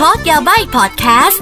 Talk ยาใบ้ Podcast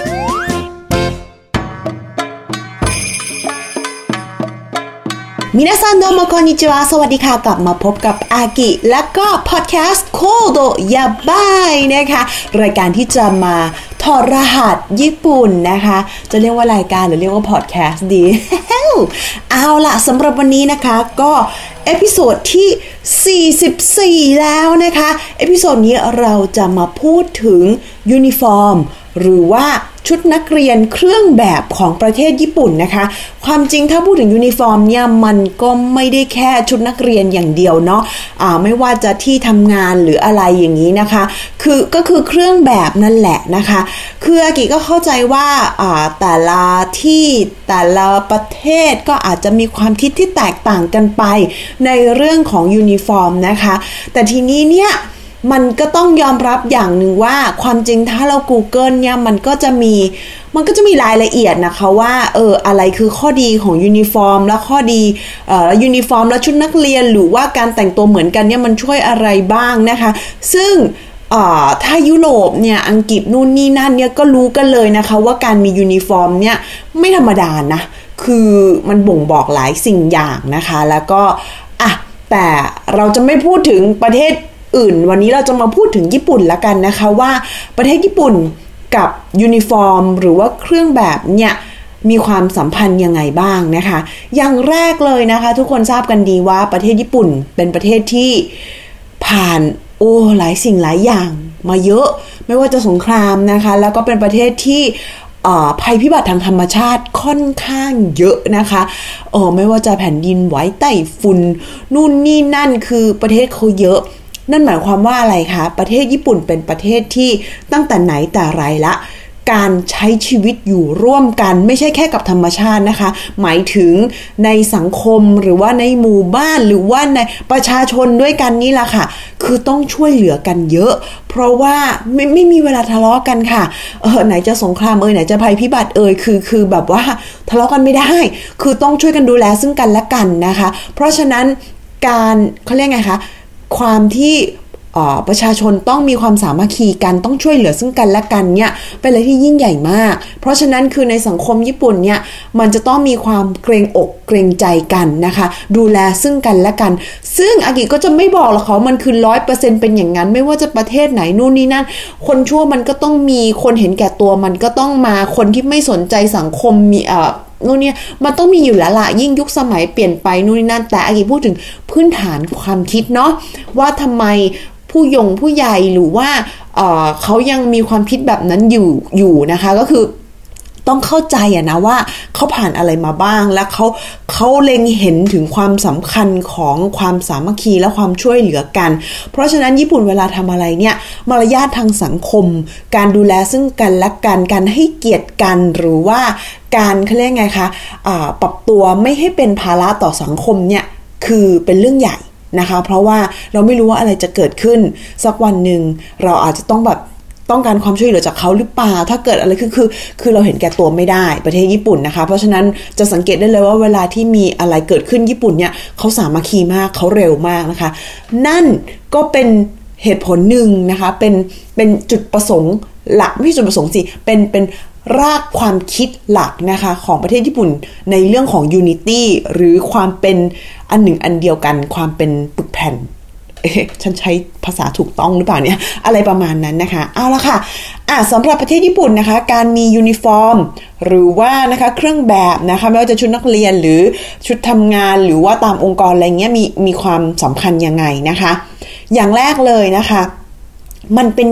มินาซันโดโมโคนิจิวะสวัสดีค่ะกลับมาพบกับอากิและก็พอดแคสต์โคโดยาบายนะคะรายการที่จะมาถอดรหัสญี่ปุ่นนะคะจะเรียกว่ารายการหรือเรียกว่าพอดแคสต์ดี เอาล่ะสำหรับวันนี้นะคะก็เอพิโซดที่44แล้วนะคะเอพิโซดนี้เราจะมาพูดถึงยูนิฟอร์มหรือว่าชุดนักเรียนเครื่องแบบของประเทศญี่ปุ่นนะคะความจริงถ้าพูดถึงยูนิฟอร์มเนี่ยมันก็ไม่ได้แค่ชุดนักเรียนอย่างเดียวเนาะไม่ว่าจะที่ทำงานหรืออะไรอย่างนี้นะคะก็คือเครื่องแบบนั่นแหละนะคะคืออากิก็เข้าใจว่าแต่ละที่แต่ละประเทศก็อาจจะมีความคิดที่แตกต่างกันไปในเรื่องของยูนิฟอร์มนะคะแต่ทีนี้เนี่ยมันก็ต้องยอมรับอย่างหนึ่งว่าความจริงถ้าเรา Google เนี่ยมันก็จะมีรายละเอียดนะคะว่าอะไรคือข้อดีของยูนิฟอร์มและข้อดียูนิฟอร์มและชุดนักเรียนหรือว่าการแต่งตัวเหมือนกันเนี่ยมันช่วยอะไรบ้างนะคะซึ่งถ้ายุโรปเนี่ยอังกฤษนู่นนี่นั่นเนี่ยก็รู้กันเลยนะคะว่าการมียูนิฟอร์มเนี่ยไม่ธรรมดานะคือมันบ่งบอกหลายสิ่งอย่างนะคะแล้วก็แต่เราจะไม่พูดถึงประเทศอื่นวันนี้เราจะมาพูดถึงญี่ปุ่นละกันนะคะว่าประเทศญี่ปุ่นกับยูนิฟอร์มหรือว่าเครื่องแบบเนี่ยมีความสัมพันธ์ยังไงบ้างนะคะอย่างแรกเลยนะคะทุกคนทราบกันดีว่าประเทศญี่ปุ่นเป็นประเทศที่ผ่านหลายสิ่งหลายอย่างมาเยอะไม่ว่าจะสงครามนะคะแล้วก็เป็นประเทศที่ภัยพิบัติทางธรรมชาติค่อนข้างเยอะนะคะไม่ว่าจะแผ่นดินไหวไต้ฝุ่นนู่นนี่นั่นคือประเทศเขาเยอะนั่นหมายความว่าอะไรคะประเทศญี่ปุ่นเป็นประเทศที่ตั้งแต่ไหนแต่ไรละการใช้ชีวิตอยู่ร่วมกันไม่ใช่แค่กับธรรมชาตินะคะหมายถึงในสังคมหรือว่าในหมู่บ้านหรือว่าในประชาชนด้วยกันนี่แหละค่ะคือต้องช่วยเหลือกันเยอะเพราะว่าไม่มีเวลาทะเลาะกันค่ะไหนจะสงครามไหนจะภัยพิบัติคือแบบว่าทะเลาะกันไม่ได้คือต้องช่วยกันดูแลซึ่งกันและกันนะคะเพราะฉะนั้นการเขาเรียกไงคะความที่ประชาชนต้องมีความสามัคคีกันต้องช่วยเหลือซึ่งกันและกันเนี่ยเป็นอะไรที่ยิ่งใหญ่มากเพราะฉะนั้นคือในสังคมญี่ปุ่นเนี่ยมันจะต้องมีความเกรงอกเกรงใจกันนะคะดูแลซึ่งกันและกันซึ่งอากิก็จะไม่บอกหรอกเขามันคือ 100% เป็นอย่างนั้นไม่ว่าจะประเทศไหนนู่นนี่นั่นคนชั่วมันก็ต้องมีคนเห็นแก่ตัวมันก็ต้องมาคนที่ไม่สนใจสังคมมีนู่นเนี่ยมันต้องมีอยู่แล้วล่ะยิ่งยุคสมัยเปลี่ยนไปนู่นนี่นั่นแต่อากิพูดถึงพื้นฐานความคิดเนาะว่าทำไมผู้ใหญ่หรือว่าเขายังมีความคิดแบบนั้นอยู่นะคะก็คือต้องเข้าใจนะว่าเขาผ่านอะไรมาบ้างและเขาเล็งเห็นถึงความสำคัญของความสามัคคีและความช่วยเหลือกันเพราะฉะนั้นญี่ปุ่นเวลาทำอะไรเนี่ยมารยาททางสังคมการดูแลซึ่งกันและกันการให้เกียรติกันหรือว่าการเขาเรียกไงคะปรับตัวไม่ให้เป็นภาระต่อสังคมเนี่ยคือเป็นเรื่องใหญ่นะคะเพราะว่าเราไม่รู้ว่าอะไรจะเกิดขึ้นสักวันหนึ่งเราอาจจะต้องการความช่วยเหลือจากเขาหรือเปล่าถ้าเกิดอะไรคือเราเห็นแก่ตัวไม่ได้ประเทศญี่ปุ่นนะคะเพราะฉะนั้นจะสังเกตได้เลยว่าเวลาที่มีอะไรเกิดขึ้นญี่ปุ่นเนี่ยเขาสามัคคีมากเขาเร็วมากนะคะนั่นก็เป็นเหตุผลหนึ่งนะคะเป็นจุดประสงค์หลักไม่ใช่จุดประสงค์สิเป็นรากความคิดหลักนะคะของประเทศญี่ปุ่นในเรื่องของ Unity หรือความเป็นอันหนึ่งอันเดียวกันความเป็นปึกแผ่นฉันใช้ภาษาถูกต้องหรือเปล่าเนี่ยอะไรประมาณนั้นนะคะเอาละค่ะสำหรับประเทศญี่ปุ่นนะคะการมียูนิฟอร์มหรือว่านะคะเครื่องแบบนะคะไม่ว่าจะชุดนักเรียนหรือชุดทำงานหรือว่าตามองค์กรอะไรเงี้ยมีความสำคัญยังไงนะคะอย่างแรกเลยนะคะมันเป็น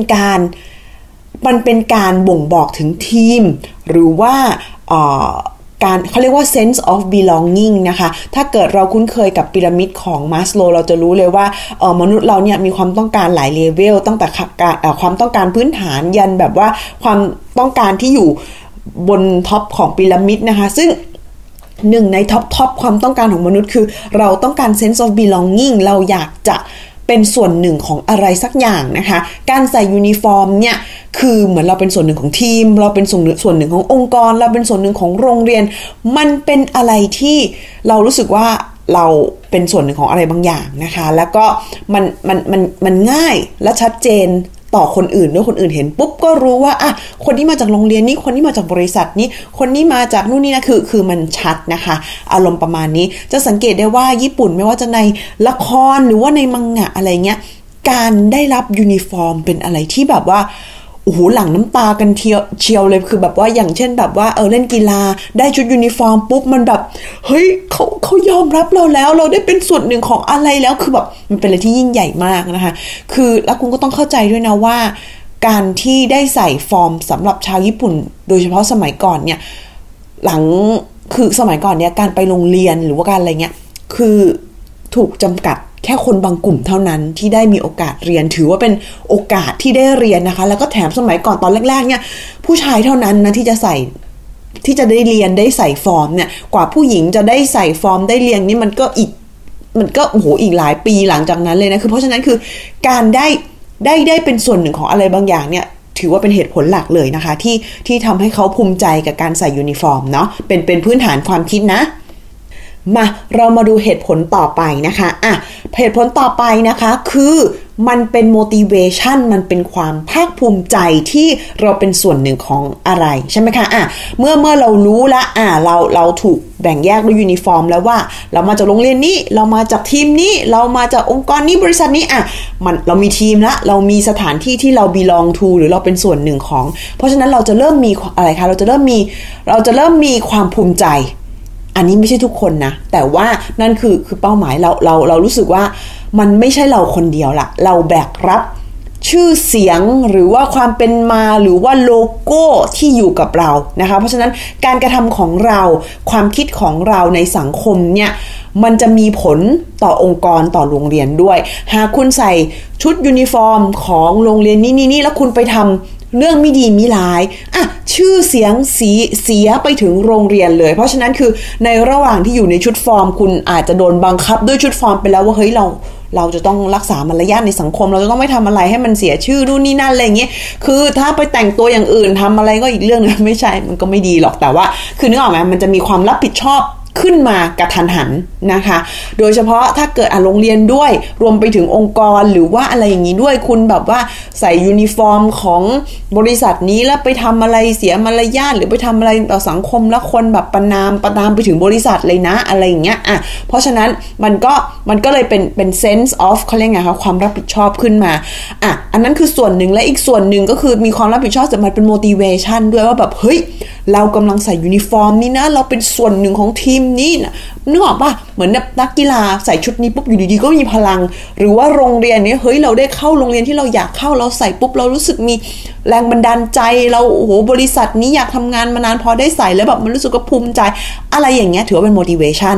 การบ่งบอกถึงทีมหรือว่าการเขาเรียกว่า sense of belonging นะคะถ้าเกิดเราคุ้นเคยกับพีระมิดของมัสโลว์เราจะรู้เลยว่ามนุษย์เราเนี่ยมีความต้องการหลายเลเวลตั้งแต่ความต้องการพื้นฐานยันแบบว่าความต้องการที่อยู่บนท็อปของพีระมิดนะคะซึ่งหนึ่งในท็อปความต้องการของมนุษย์คือเราต้องการ sense of belonging เราอยากจะเป็นส่วนหนึ่งของอะไรสักอย่างนะคะการใส่ยูนิฟอร์มเนี่ยคือเหมือนเราเป็นส่วนหนึ่งของทีมเราเป็นส่วนหนึ่งขององค์กรเราเป็นส่วนหนึ่งของโรงเรียนมันเป็นอะไรที่เรารู้สึกว่าเราเป็นส่วนหนึ่งของอะไรบางอย่างนะคะแล้วก็มันง่ายและชัดเจนต่อคนอื่นด้วยคนอื่นเห็นปุ๊บก็รู้ว่าอ่ะคนนี้มาจากโรงเรียนนี้คนนี้มาจากบริษัทนี้คนนี้มาจากนู่นนี่นะคือมันชัดนะคะอารมณ์ประมาณนี้จะสังเกตได้ว่าญี่ปุ่นไม่ว่าจะในละครหรือว่าในมังงะอะไรเงี้ยการได้รับยูนิฟอร์มเป็นอะไรที่แบบว่าโอ้โหหลั่งน้ำตากันเชียวเลยคือแบบว่าอย่างเช่นแบบว่าเล่นกีฬาได้ชุดยูนิฟอร์มปุ๊บมันแบบเฮ้ยเขายอมรับเราแล้วเราได้เป็นส่วนหนึ่งของอะไรแล้วคือแบบมันเป็นอะไรที่ยิ่งใหญ่มากนะคะคือแล้วคุณก็ต้องเข้าใจด้วยนะว่าการที่ได้ใส่ฟอร์มสำหรับชาวญี่ปุ่นโดยเฉพาะสมัยก่อนเนี่ยคือสมัยก่อนเนี่ยการไปโรงเรียนหรือว่าการอะไรเงี้ยคือถูกจำกัดแค่คนบางกลุ่มเท่านั้นที่ได้มีโอกาสเรียนถือว่าเป็นโอกาสที่ได้เรียนนะคะแล้วก็แถมสมัยก่อนตอนแรกๆเนี่ยผู้ชายเท่านั้นนะที่จะได้เรียนได้ใส่ฟอร์มเนี่ยกว่าผู้หญิงจะได้ใส่ฟอร์มได้เรียนนี่มันก็โอ้โหอีกหลายปีหลังจากนั้นเลยนะคือเพราะฉะนั้นคือการได้เป็นส่วนหนึ่งของอะไรบางอย่างเนี่ยถือว่าเป็นเหตุผลหลักเลยนะคะที่ทำให้เขาภูมิใจกับการใส่ยูนิฟอร์มเนาะเป็นพื้นฐานความคิดนะมาเรามาดูเหตุผลต่อไปนะคะเหตุผลต่อไปนะคะคือมันเป็น motivation มันเป็นความภาคภูมิใจที่เราเป็นส่วนหนึ่งของอะไรใช่ไหมคะเมื่อเรารู้ละเราถูกแบ่งแยกด้วยยูนิฟอร์มแล้วว่าเรามาจากโรงเรียนนี้เรามาจากทีมนี้เรามาจากองค์กรนี้บริษัทนี้เรามีทีมละเรามีสถานที่ที่เรา belong to หรือเราเป็นส่วนหนึ่งของเพราะฉะนั้นเราจะเริ่มมีอะไรคะเราจะเริ่มมีความภูมิใจอันนี้ไม่ใช่ทุกคนนะแต่ว่านั่นคือเป้าหมายเรารู้สึกว่ามันไม่ใช่เราคนเดียวละเราแบกรับชื่อเสียงหรือว่าความเป็นมาหรือว่าโลโก้ที่อยู่กับเรานะคะเพราะฉะนั้นการกระทำของเราความคิดของเราในสังคมเนี่ยมันจะมีผลต่อองค์กรต่อโรงเรียนด้วยหากคุณใส่ชุดยูนิฟอร์มของโรงเรียนนี่แล้วคุณไปทำเรื่องไม่ดีมิร้ายชื่อเสียงเสียไปถึงโรงเรียนเลยเพราะฉะนั้นคือในระหว่างที่อยู่ในชุดฟอร์มคุณอาจจะโดนบังคับด้วยชุดฟอร์มไปแล้วว่าเฮ้ยเราจะต้องรักษามารยาทในสังคมเราจะต้องไม่ทำอะไรให้มันเสียชื่อนู่นนี่นั่นอะไรอย่างเงี้ยคือถ้าไปแต่งตัวอย่างอื่นทำอะไรก็อีกเรื่องนึงไม่ใช่มันก็ไม่ดีหรอกแต่ว่าคือนึกออกไหมมันจะมีความรับผิดชอบขึ้นมากระทันหันนะคะโดยเฉพาะถ้าเกิดโรงเรียนด้วยรวมไปถึงองค์กรหรือว่าอะไรอย่างนี้ด้วยคุณแบบว่าใส่ยูนิฟอร์มของบริษัทนี้แล้วไปทำอะไรเสียมารยาทหรือไปทำอะไรต่อสังคมแล้วคนแบบประนามไปถึงบริษัทเลยนะอะไรอย่างเงี้ยเพราะฉะนั้นมันก็เลยเป็น sense of เขาเรียกไงคะความรับผิดชอบขึ้นมาอันนั้นคือส่วนหนึ่งและอีกส่วนหนึ่งก็คือมีความรับผิดชอบแต่มันเป็น motivation ด้วยว่าแบบเฮ้ยเรากำลังใส่ยูนิฟอร์มนี่นะเราเป็นส่วนหนึ่งของทีมนี้นะนึกออกป่ะเหมือนแบบนักกีฬาใส่ชุดนี้ปุ๊บอยู่ดีๆก็มีพลังหรือว่าโรงเรียนนี้เฮ้ยเราได้เข้าโรงเรียนที่เราอยากเข้าเราใส่ปุ๊บเรารู้สึกมีแรงบันดาลใจเราโอ้โหบริษัทนี้อยากทำงานมานานพอได้ใส่แล้วแบบมันรู้สึกว่าภูมิใจอะไรอย่างเงี้ยถือว่าเป็น motivation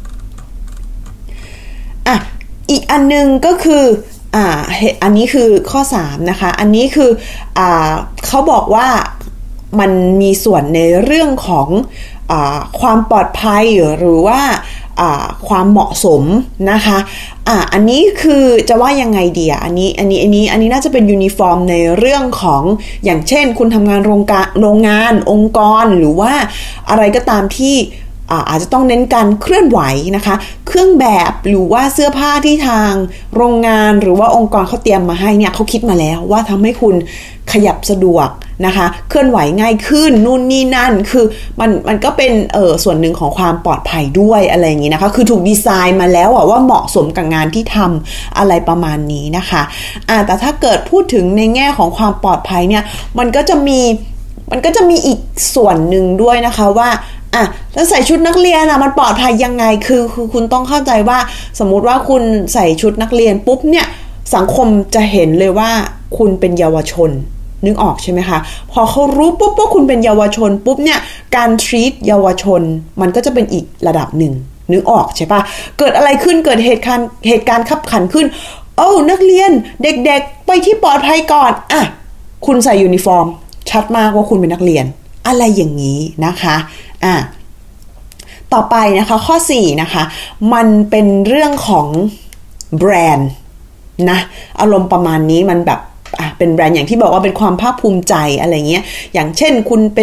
อีกอันนึงก็คืออันนี้คือข้อ3นะคะอันนี้คือเขาบอกว่ามันมีส่วนในเรื่องของความปลอดภัยหรือว่าความเหมาะสมนะคะอันนี้คือจะว่ายังไงดีอันนี้น่าจะเป็นยูนิฟอร์มในเรื่องของอย่างเช่นคุณทำงานโรงงานองค์กรหรือว่าอะไรก็ตามที่อาจจะต้องเน้นการเคลื่อนไหวนะคะเครื่องแบบหรือว่าเสื้อผ้าที่ทางโรงงานหรือว่าองค์กรเขาเตรียมมาให้เนี่ยเขาคิดมาแล้วว่าทำให้คุณขยับสะดวกนะคะเคลื่อนไหวง่ายขึ้นนู่นนี่นั่นคือมันก็เป็นส่วนหนึ่งของความปลอดภัยด้วยอะไรอย่างนี้นะคะคือถูกดีไซน์มาแล้วว่าเหมาะสมกับงานที่ทำอะไรประมาณนี้นะคะแต่ถ้าเกิดพูดถึงในแง่ของความปลอดภัยเนี่ยมันก็จะมีอีกส่วนหนึ่งด้วยนะคะว่าแล้วใส่ชุดนักเรียนมันปลอดภัยยังไงคือคุณต้องเข้าใจว่าสมมุติว่าคุณใส่ชุดนักเรียนปุ๊บเนี่ยสังคมจะเห็นเลยว่าคุณเป็นเยาวชนนึกออกใช่ไหมคะพอเขารู้ปุ๊บว่าคุณเป็นเยาวชนปุ๊บเนี่ยการ treat เยาวชนมันก็จะเป็นอีกระดับหนึ่งนึกออกใช่ปะเกิดอะไรขึ้นเกิดเหตุการณ์ขับขันขึ้นนักเรียนเด็กๆไปที่ปลอดภัยก่อนคุณใส่ยูนิฟอร์มชัดมากว่าคุณเป็นนักเรียนอะไรอย่างนี้นะคะต่อไปนะคะข้อ4นะคะมันเป็นเรื่องของแบรนด์นะอารมณ์ประมาณนี้มันแบบเป็นแบรนด์อย่างที่บอกว่าเป็นความภาคภูมิใจอะไรเงี้ยอย่างเช่นคุณเป็น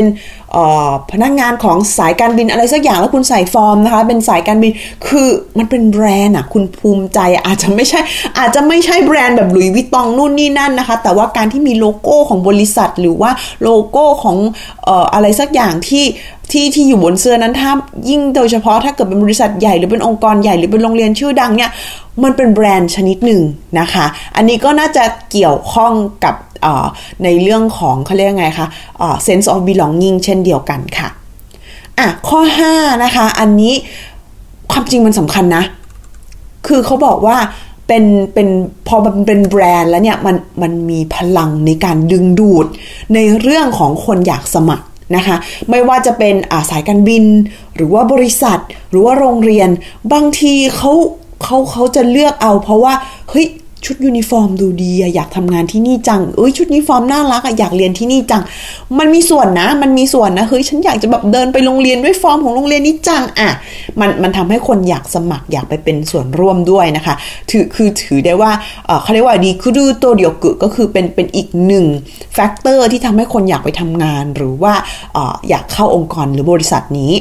พนักงานของสายการบินอะไรสักอย่างแล้วคุณใส่ฟอร์มนะคะเป็นสายการบินคือมันเป็นแบรนด์คุณภูมิใจอาจจะไม่ใช่แบรนด์แบบหลุยส์วิตตองนู่นนี่นั่นนะคะแต่ว่าการที่มีโลโก้ของบริษัทหรือว่าโลโก้ของอะไรสักอย่างที่อยู่บนเสื้อนั้นถ้ายิ่งโดยเฉพาะถ้าเกิดเป็นบริษัทใหญ่หรือเป็นองค์กรใหญ่หรือเป็นโรงเรียนชื่อดังเนี่ยมันเป็นแบรนด์ชนิดหนึ่งนะคะอันนี้ก็น่าจะเกี่ยวข้องกับในเรื่องของเขาเรียกไงคะsense of belonging เช่นเดียวกันค่ะข้อ5นะคะอันนี้ความจริงมันสำคัญนะคือเขาบอกว่าเป็นพอมันเป็นแบรนด์แล้วเนี่ยมันมีพลังในการดึงดูดในเรื่องของคนอยากสมัครนะคะไม่ว่าจะเป็นสายการบินหรือว่าบริษัทหรือว่าโรงเรียนบางทีเขาจะเลือกเอาเพราะว่าเฮ้ยชุดยูนิฟอร์มดูดีอยากทำงานที่นี่จังชุดยูนิฟอร์มน่ารักอยากเรียนที่นี่จังมันมีส่วนนะเฮ้ยฉันอยากจะแบบเดินไปโรงเรียนด้วยฟอร์มของโรงเรียนนี้จังมันทำให้คนอยากสมัครอยากไปเป็นส่วนร่วมด้วยนะคะถือได้ว่าเขาเรียกว่าดีคุรุโตเดียวกุก็คือเป็นอีกหนึ่งแฟกเตอร์ที่ทำให้คนอยากไปทำงานหรือว่าอยากเข้าองค์กรหรือบริษัทนี้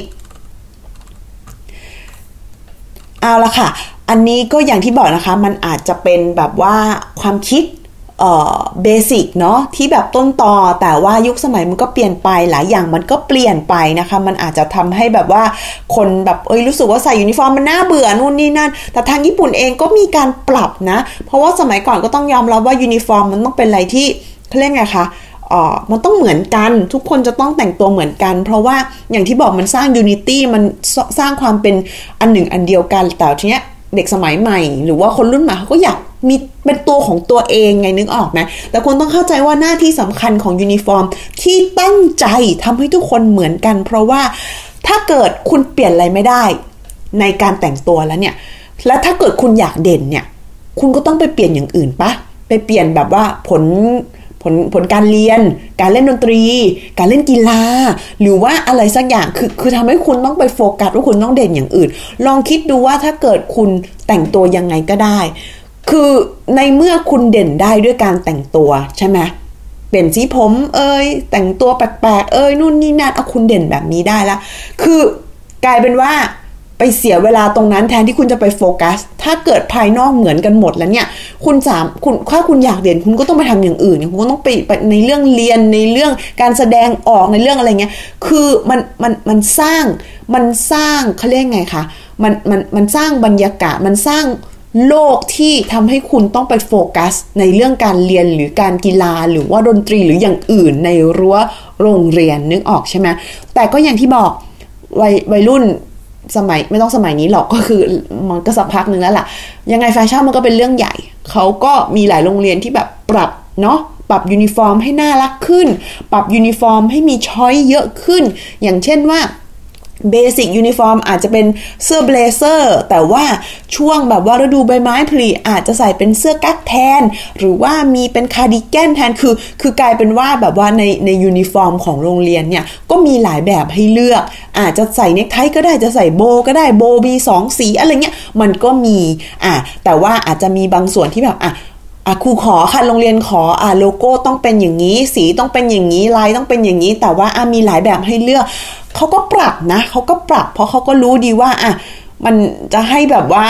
เอาละค่ะอันนี้ก็อย่างที่บอกนะคะมันอาจจะเป็นแบบว่าความคิดเบสิกเนาะที่แบบต้นตอแต่ว่ายุคสมัยมันก็เปลี่ยนไปหลายอย่างมันก็เปลี่ยนไปนะคะมันอาจจะทำให้แบบว่าคนแบบรู้สึกว่าใส่ยูนิฟอร์มมันน่าเบื่อนู่นนี่นั่นแต่ทางญี่ปุ่นเองก็มีการปรับนะเพราะว่าสมัยก่อนก็ต้องยอมรับว่ายูนิฟอร์มมันต้องเป็นอะไรที่เขาเรียกไงคะมันต้องเหมือนกันทุกคนจะต้องแต่งตัวเหมือนกันเพราะว่าอย่างที่บอกมันสร้างยูนิตี้มันสร้างความเป็นอันหนึ่งอันเดียวกันแต่ทีเนี้ยเด็กสมัยใหม่หรือว่าคนรุ่นใหม่เขาก็อยากมีเป็นตัวของตัวเองไงนึกออกไหมแต่คุณต้องเข้าใจว่าหน้าที่สำคัญของยูนิฟอร์มที่ตั้งใจทำให้ทุกคนเหมือนกันเพราะว่าถ้าเกิดคุณเปลี่ยนอะไรไม่ได้ในการแต่งตัวแล้วเนี่ยแล้วถ้าเกิดคุณอยากเด่นเนี่ยคุณก็ต้องไปเปลี่ยนอย่างอื่นปะไปเปลี่ยนแบบว่าผลการเรียนการเล่นดนตรีการเล่นกีฬาหรือว่าอะไรสักอย่างคือทำให้คุณต้องไปโฟกัสว่าคุณต้องเด่นอย่างอื่นลองคิดดูว่าถ้าเกิดคุณแต่งตัวยังไงก็ได้คือในเมื่อคุณเด่นได้ด้วยการแต่งตัวใช่ไหมเปลี่ยนสีผมแต่งตัวแปลกๆนู่นนี่นั่นเอาคุณเด่นแบบนี้ได้ละคือกลายเป็นว่าไปเสียเวลาตรงนั้นแทนที่คุณจะไปโฟกัสถ้าเกิดภายนอกเหมือนกันหมดแล้วเนี่ยถ้าคุณอยากเรียนคุณก็ต้องไปทำอย่างอื่นคุณก็ต้องไปในเรื่องเรียนในเรื่องการแสดงออกในเรื่องอะไรเงี้ยคือมันสร้างเขาเรียกไงคะมันสร้างบรรยากาศมันสร้างโลกที่ทำให้คุณต้องไปโฟกัสในเรื่องการเรียนหรือการกีฬาหรือว่าดนตรีหรืออย่างอื่นในรั้วโรงเรียนนึกออกใช่ไหมแต่ก็อย่างที่บอกวัยรุ่นไม่ต้องสมัยนี้หรอกก็คือมันก็สักพักนึงแล้วล่ะยังไงแฟชั่นมันก็เป็นเรื่องใหญ่เขาก็มีหลายโรงเรียนที่แบบปรับเนาะปรับยูนิฟอร์มให้น่ารักขึ้นปรับยูนิฟอร์มให้มีช้อยเยอะขึ้นอย่างเช่นว่าเบสิกยูนิฟอร์มอาจจะเป็นเสื้อเบลเซอร์แต่ว่าช่วงแบบว่าฤดูใบไม้ผลิอาจจะใส่เป็นเสื้อกั๊กแทนหรือว่ามีเป็นคาร์ดิแกนแทนคือกลายเป็นว่าแบบว่าในยูนิฟอร์มของโรงเรียนเนี่ยก็มีหลายแบบให้เลือกอาจจะใส่เนคไทก็ได้จะใส่โบก็ได้โบมี2สีอะไรเงี้ยมันก็มีแต่ว่าอาจจะมีบางส่วนที่แบบครูขอค่ะโรงเรียนขอโลโก้ต้องเป็นอย่างนี้สีต้องเป็นอย่างนี้ลายต้องเป็นอย่างนี้แต่ว่ามีหลายแบบให้เลือกเขาก็ปรับนะเขาก็ปรับเพราะเขาก็รู้ดีว่ามันจะให้แบบว่า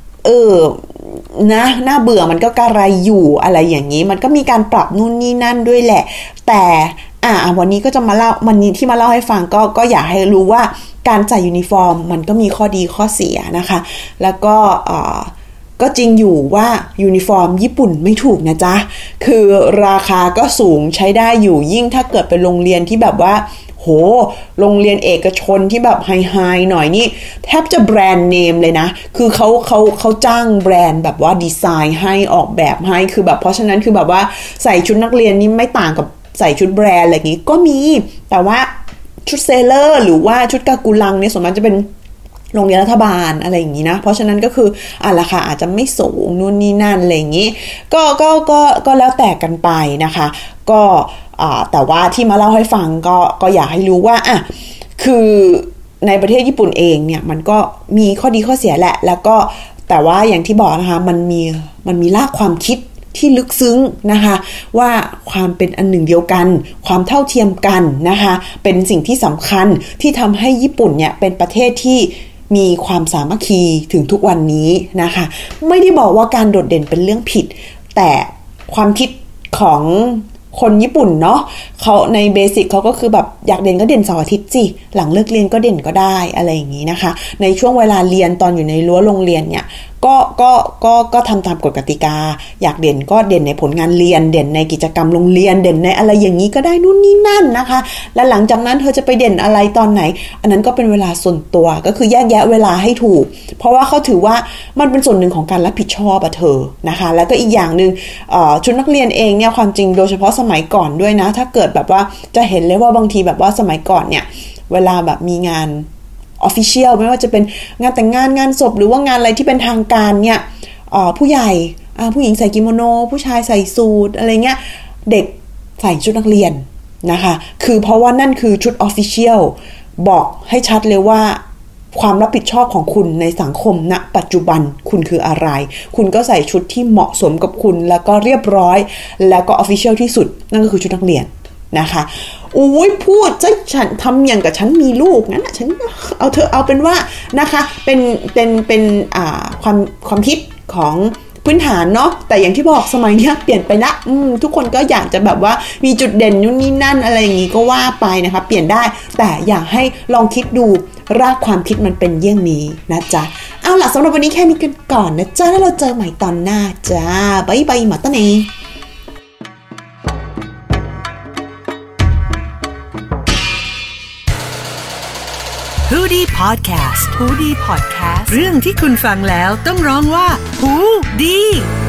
นะน่าเบื่อมันก็กระไรอยู่อะไรอย่างนี้มันก็มีการปรับนู่นนี่นั่นด้วยแหละแต่วันนี้ก็จะมาเล่าวันนี้ที่มาเล่าให้ฟังก็อยากให้รู้ว่าการใส่ยูนิฟอร์มมันก็มีข้อดีข้อเสียนะคะแล้วก็ก็จริงอยู่ว่ายูนิฟอร์มญี่ปุ่นไม่ถูกนะจ๊ะคือราคาก็สูงใช้ได้อยู่ยิ่งถ้าเกิดเป็นโรงเรียนที่แบบว่าโหโรงเรียนเอกชนที่แบบไฮหน่อยนี่แทบจะแบรนด์เนมเลยนะคือเขาจ้างแบรนด์แบบว่าดีไซน์ให้ออกแบบให้คือแบบเพราะฉะนั้นคือแบบว่าใส่ชุดนักเรียนนี่ไม่ต่างกับใส่ชุดแบรนด์อะไรอย่างนี้ก็มีแต่ว่าชุดเซเลอร์หรือว่าชุดกากุลังเนี่ยส่วนมากจะเป็นโรงเรียนรัฐบาลอะไรอย่างนี้นะเพราะฉะนั้นก็คือราคาอาจจะไม่สูงนู่นนี่นั่นอะไรอย่างนี้ก็แล้วแต่กันไปนะคะก็แต่ว่าที่มาเล่าให้ฟังก็อยากให้รู้ว่าคือในประเทศญี่ปุ่นเองเนี่ยมันก็มีข้อดีข้อเสียแหละแล้วก็แต่ว่าอย่างที่บอกนะคะมันมีรากความคิดที่ลึกซึ้งนะคะว่าความเป็นอันหนึ่งเดียวกันความเท่าเทียมกันนะคะเป็นสิ่งที่สำคัญที่ทำให้ญี่ปุ่นเนี่ยเป็นประเทศที่มีความสามัคคีถึงทุกวันนี้นะคะไม่ได้บอกว่าการโดดเด่นเป็นเรื่องผิดแต่ความคิดของคนญี่ปุ่นเนาะเขาในเบสิกเขาก็คือแบบอยากเด่นก็เด่นเสาร์อาทิตย์สิหลังเลิกเรียนก็เด่นก็ได้อะไรอย่างนี้นะคะในช่วงเวลาเรียนตอนอยู่ในรั้วโรงเรียนเนี่ยก็ทำตามกฎกติกาอยากเด่นก็เด่นในผลงานเรียนเด่นในกิจกรรมโรงเรียนเด่นในอะไรอย่างนี้ก็ได้นู่นนี่นั่นนะคะและหลังจากนั้นเธอจะไปเด่นอะไรตอนไหนอันนั้นก็เป็นเวลาส่วนตัวก็คือแยกแยะเวลาให้ถูกเพราะว่าเขาถือว่ามันเป็นส่วนหนึ่งของการรับผิดชอบเธอนะคะแล้วก็อีกอย่างนึงชุดนักเรียนเองเนี่ยความจริงโดยเฉพาะสมัยก่อนด้วยนะถ้าเกิดแบบว่าจะเห็นเลยว่าบางทีแบบว่าสมัยก่อนเนี่ยเวลาแบบมีงานofficial ไม่ว่าจะเป็นงานแต่งงานงานศพหรือว่างานอะไรที่เป็นทางการเนี่ยผู้ใหญ่ผู้หญิงใส่กิโมโนผู้ชายใส่สูทอะไรเงี้ยเด็กใส่ชุดนักเรียนนะคะคือเพราะว่านั่นคือชุด official บอกให้ชัดเลยว่าความรับผิดชอบของคุณในสังคมณปัจจุบันคุณคืออะไรคุณก็ใส่ชุดที่เหมาะสมกับคุณแล้วก็เรียบร้อยแล้วก็ official ที่สุดนั่นก็คือชุดนักเรียนนะคะอุ้ยพูดจะฉันทำอย่างกับฉันมีลูกงั้นฉันเอาเป็นว่านะคะเป็นความคิดของพื้นฐานเนาะแต่อย่างที่บอกสมัยนี้เปลี่ยนไปละทุกคนก็อยากจะแบบว่ามีจุดเด่นนู่นนี่นั่นอะไรอย่างงี้ก็ว่าไปนะคะเปลี่ยนได้แต่อยากให้ลองคิดดูรากความคิดมันเป็นเยี่ยงนี้นะจ๊ะเอาล่ะสำหรับวันนี้แค่นี้กันก่อนนะจ๊ะแล้วเราเจอใหม่ตอนหน้าจ้าบ๊ายบายมาตั้งเอง Hoodie Podcast เรื่องที่คุณฟังแล้วต้องร้องว่าหูดี